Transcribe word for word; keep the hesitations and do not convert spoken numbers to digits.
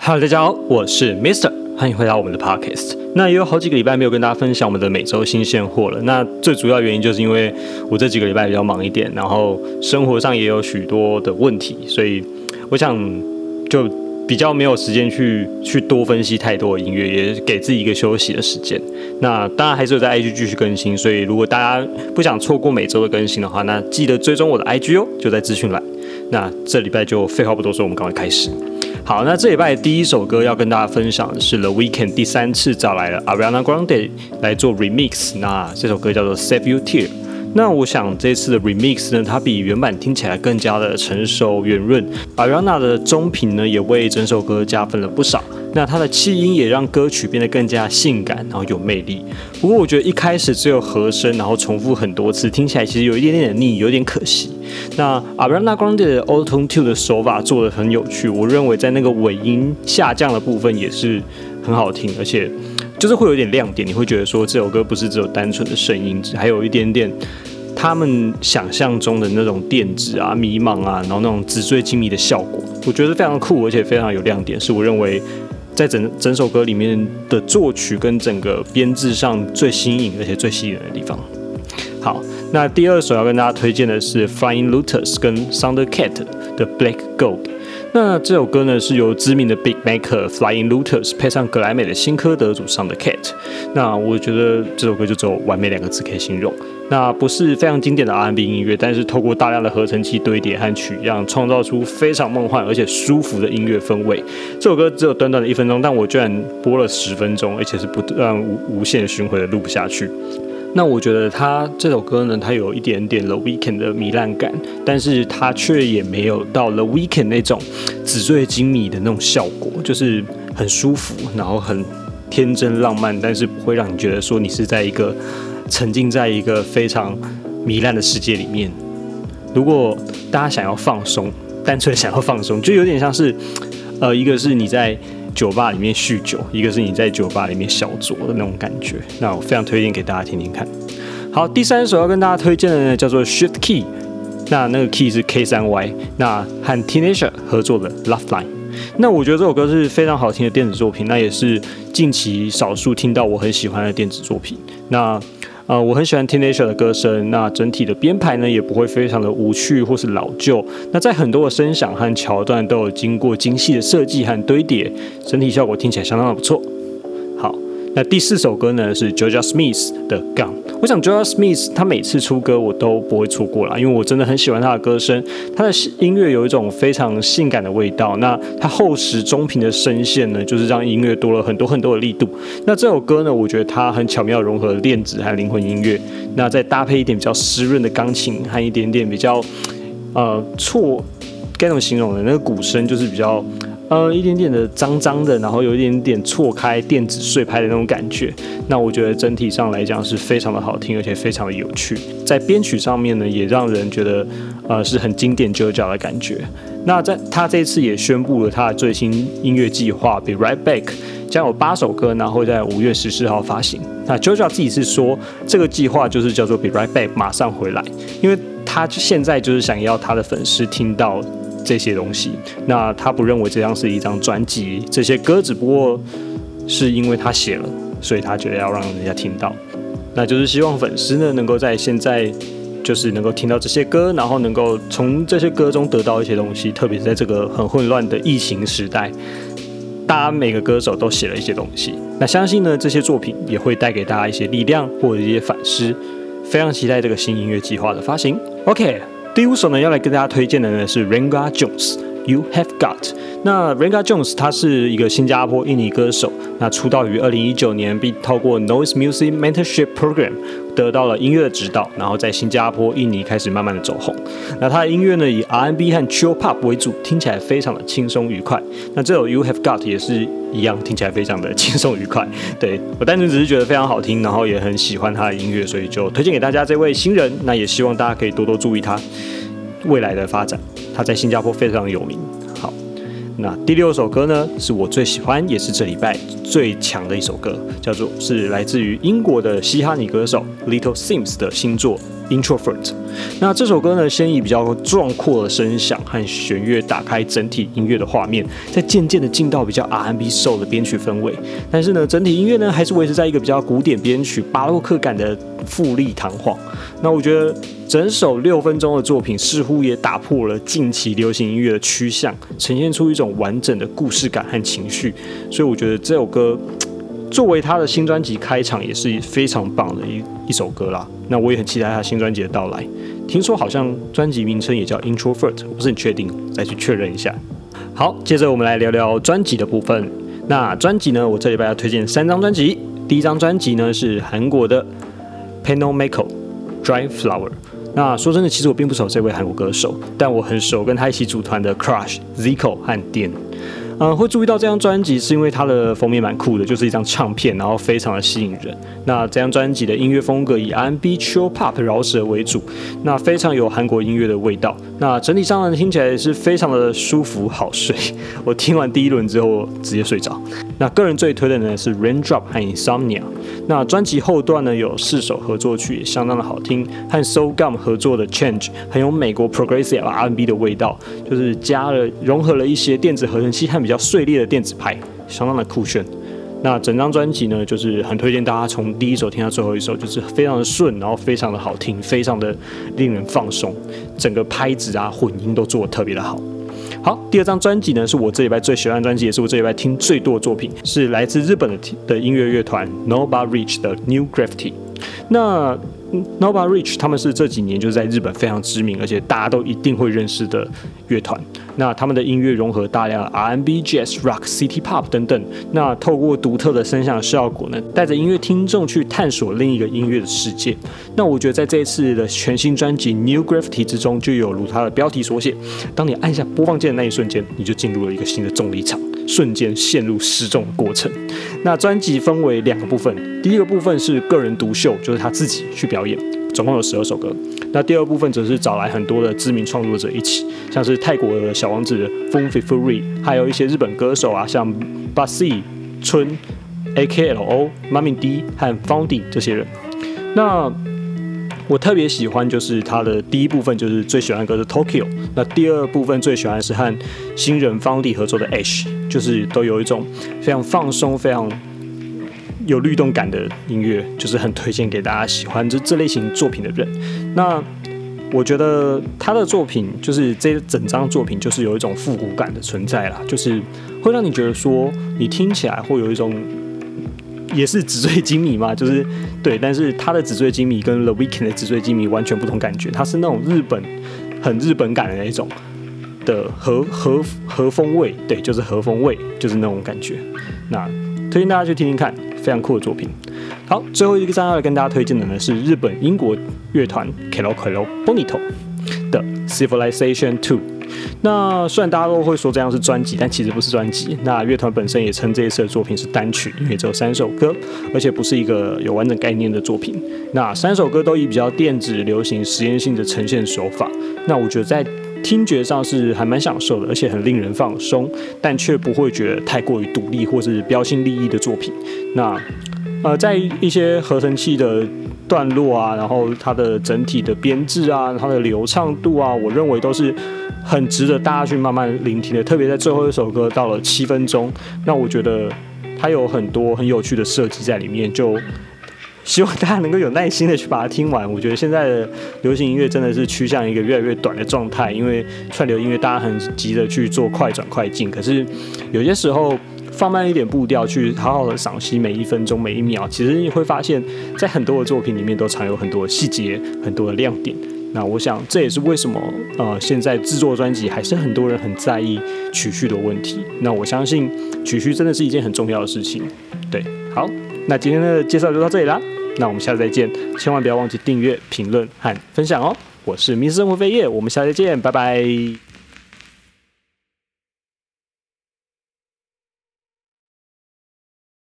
Hello， 大家好，我是 Mister， 欢迎回到我们的 Podcast。那也有好几个礼拜没有跟大家分享我们的每周新鲜货了。那最主要原因就是因为我这几个礼拜比较忙一点，然后生活上也有许多的问题，所以我想就比较没有时间去去多分析太多的音乐，也给自己一个休息的时间。那当然还是有在 I G 继续更新，所以如果大家不想错过每周的更新的话，那记得追踪我的 I G 哦，就在资讯栏。那这礼拜就废话不多说，我们赶快开始。好，那这礼拜第一首歌要跟大家分享的是 The Weeknd 第三次找来了 Ariana Grande 来做 remix， 那这首歌叫做 Save You Tear。那我想这次的 remix 呢，它比原版听起来更加的成熟圆润。Ariana 的中频呢，也为整首歌加分了不少。那它的气音也让歌曲变得更加性感，然后有魅力。不过我觉得一开始只有和声，然后重复很多次，听起来其实有一点点腻，有点可惜。那 Ariana Grande 的 Auto-Tune 的手法做得很有趣，我认为在那个尾音下降的部分也是很好听，而且就是会有一点亮点，你会觉得说这首歌不是只有单纯的声音，还有一点点他们想象中的那种电子啊、迷茫啊，然后那种纸醉金迷的效果，我觉得非常酷，而且非常有亮点，是我认为在 整, 整首歌里面的作曲跟整个编制上最新颖而且最吸引人的地方。好，那第二首要跟大家推荐的是 Flying Lotus 跟 Thundercat 的 Black Gold。那这首歌呢是由知名的 Beat Maker Flying Lotus 配上格莱美的新科得主 Thundercat。那我觉得这首歌就只有完美两个字可以形容。那不是非常经典的 R and B 音乐，但是透过大量的合成器堆叠和取样，创造出非常梦幻而且舒服的音乐氛围。这首歌只有短短的一分钟，但我居然播了十分钟，而且是不断无无限循环的录不下去。那我觉得他这首歌呢，它有一点点 The Weeknd 的糜烂感，但是它却也没有到 The Weeknd 那种纸醉金迷的那种效果，就是很舒服，然后很天真浪漫，但是不会让你觉得说你是在一个沉浸在一个非常糜烂的世界里面。如果大家想要放松，单纯想要放松，就有点像是，呃，一个是你在酒吧里面酗酒，一个是你在酒吧里面小酌的那种感觉。那我非常推荐给大家听听看。好，第三首要跟大家推荐的呢叫做 Shift Key， 那那个 key 是 K 三 Y， 那和 Tenacious 合作的 Love Line。那我觉得这首歌是非常好听的电子作品，那也是近期少数听到我很喜欢的电子作品。那呃，我很喜欢 Tenacious 的歌声，那整体的编排呢也不会非常的无趣或是老旧，那在很多的声响和桥段都有经过精细的设计和堆叠，整体效果听起来相当的不错。好，那第四首歌呢是 Jorja Smith 的 Gone。我想 Jorja Smith 他每次出歌我都不会错过啦，因为我真的很喜欢他的歌声，他的音乐有一种非常性感的味道。那他厚实中频的声线呢，就是让音乐多了很多很多的力度。那这首歌呢，我觉得他很巧妙融合了电子和灵魂音乐，那再搭配一点比较湿润的钢琴和一点点比较呃错该怎么形容呢？那个鼓声就是比较。呃，一点点的脏脏的，然后有一点点错开电子碎拍的那种感觉。那我觉得整体上来讲是非常的好听，而且非常的有趣。在编曲上面呢，也让人觉得呃是很经典Jorja的感觉。那在他这次也宣布了他的最新音乐计划 Be Right Back， 将有八首歌，然后在五月十四号发行。那 Jorja 自己是说，这个计划就是叫做 Be Right Back， 马上回来，因为他现在就是想要他的粉丝听到这些东西。那他不认为这样是一张专辑，这些歌只不过是因为他写了，所以他觉得要让人家听到。那就是希望粉丝呢能够在现在就是能够听到这些歌，然后能够从这些歌中得到一些东西，特别是在这个很混乱的疫情时代，大家每个歌手都写了一些东西。那相信呢这些作品也会带给大家一些力量或者一些反思。非常期待这个新音乐计划的发行。OK。第五首呢，要来跟大家推荐的呢是 Ranga Jones。You Have Got。 那 Ranga Jones 他是一个新加坡印尼歌手，那出道于二零一九年，并透过 Noise Music Mentorship Program 得到了音乐的指导，然后在新加坡、印尼开始慢慢的走红。那他的音乐呢以 R and B 和 Chill Pop 为主，听起来非常的轻松愉快。那这首 You Have Got 也是一样，听起来非常的轻松愉快。对，我单纯只是觉得非常好听，然后也很喜欢他的音乐，所以就推荐给大家这位新人。那也希望大家可以多多注意他未来的发展，他在新加坡非常有名。好， 那第六首歌呢，是我最喜欢，也是这礼拜最强的一首歌，叫做是来自于英国的嘻哈女歌手 Little Sims 的新作 Introvert。那这首歌呢，先以比较壮阔的声响和弦乐打开整体音乐的画面，再渐渐的进到比较 R and B soul 的编曲氛围。但是呢，整体音乐呢，还是维持在一个比较古典编曲、巴洛克感的富丽堂皇。那我觉得整首六分钟的作品似乎也打破了近期流行音乐的趋向，呈现出一种完整的故事感和情绪。所以我觉得这首歌作为他的新专辑开场也是非常棒的 一, 一首歌啦。那我也很期待他新专辑的到来。听说好像专辑名称也叫 Introvert， 我不是很确定，再去确认一下。好，接着我们来聊聊专辑的部分。那专辑呢，我这礼拜要推荐三张专辑。第一张专辑呢是韩国的 Panel Mako Dry Flower。那说真的，其实我并不熟这位韩国歌手，但我很熟跟他一起组团的 Crush、Zico 和 Dian。嗯，会注意到这张专辑是因为它的封面蛮酷的，就是一张唱片，然后非常的吸引人。那这张专辑的音乐风格以 R and B、Chill Pop 饶舌为主，那非常有韩国音乐的味道。那整体上呢，听起来也是非常的舒服好睡。我听完第一轮之后直接睡着。那个人最推的呢是 Raindrop 和 Insomnia。那专辑后段呢有四首合作曲，也相当的好听，和 SoulGum 合作的 Change 很有美国 Progressive R and B 的味道，就是加了融合了一些电子合成器和比较碎裂的电子拍，相当的酷炫。那整张专辑呢，就是很推荐大家从第一首听到最后一首，就是非常的顺，然后非常的好听，非常的令人放松，整个拍子啊、混音都做得特别的好。好，第二张专辑呢，是我这礼拜最喜欢的专辑，也是我这礼拜听最多的作品，是来自日本 的, 的音乐乐团 Nova Rich 的 New Gravity。那 Nova Rich 他们是这几年就是在日本非常知名，而且大家都一定会认识的乐团。那他们的音乐融合大量的 R and B、Jazz、Rock、City Pop 等等。那透过独特的声响效果呢，带着音乐听众去探索另一个音乐的世界。那我觉得在这一次的全新专辑 New Gravity 之中，就有如它的标题所写，当你按下播放键的那一瞬间，你就进入了一个新的重力场，瞬间陷入失重的过程。那专辑分为两个部分，第一个部分是个人独秀，就是他自己去表演，总共有十二首歌。那第二部分则是找来很多的知名创作者一起，像是泰国的小王子 Fumi， 还有一些日本歌手啊，像 Basi、春、A K L O、Mami D 和 Foundy 这些人。那我特别喜欢就是他的第一部分，就是最喜欢的歌是 Tokyo。那第二部分最喜欢的是和新人 Foundy 合作的 Ash， 就是都有一种非常放松、非常有律动感的音乐，就是很推荐给大家喜欢这这类型作品的人。那我觉得他的作品，就是这整张作品，就是有一种复古感的存在啦，就是会让你觉得说，你听起来会有一种。也是纸醉金迷嘛，就是对，但是他的纸醉金迷跟 The Weeknd 的纸醉金迷完全不同感觉，他是那种日本很日本感的那种的和和和风味，对，就是和风味，就是那种感觉。那推荐大家去听听看，非常酷的作品。好，最后一个张要来跟大家推荐的呢是日本英国乐团 Kero Kero Bonito 的 Civilization 二。那虽然大家都会说这样是专辑，但其实不是专辑。那乐团本身也称这一次的作品是单曲，因为只有三首歌，而且不是一个有完整概念的作品。那三首歌都以比较电子、流行、实验性的呈现手法。那我觉得在听觉上是还蛮享受的，而且很令人放松，但却不会觉得太过于独立或是标新立异的作品。那呃，在一些合成器的段落啊，然后它的整体的编制啊，它的流畅度啊，我认为都是很值得大家去慢慢聆听的。特别在最后一首歌到了七分钟，那我觉得它有很多很有趣的设计在里面，就希望大家能够有耐心的去把它听完。我觉得现在的流行音乐真的是趋向一个越来越短的状态，因为串流音乐大家很急的去做快转快进，可是有些时候放慢一点步调，去好好的赏析每一分钟每一秒，其实你会发现在很多的作品里面都藏有很多的细节，很多的亮点。那我想这也是为什么呃现在制作专辑还是很多人很在意曲序的问题。那我相信曲序真的是一件很重要的事情。对，好，那今天的介绍就到这里啦，那我们下次再见，千万不要忘记订阅、评论和分享哦。我是迷失生活飞叶，我们下次再见，拜拜。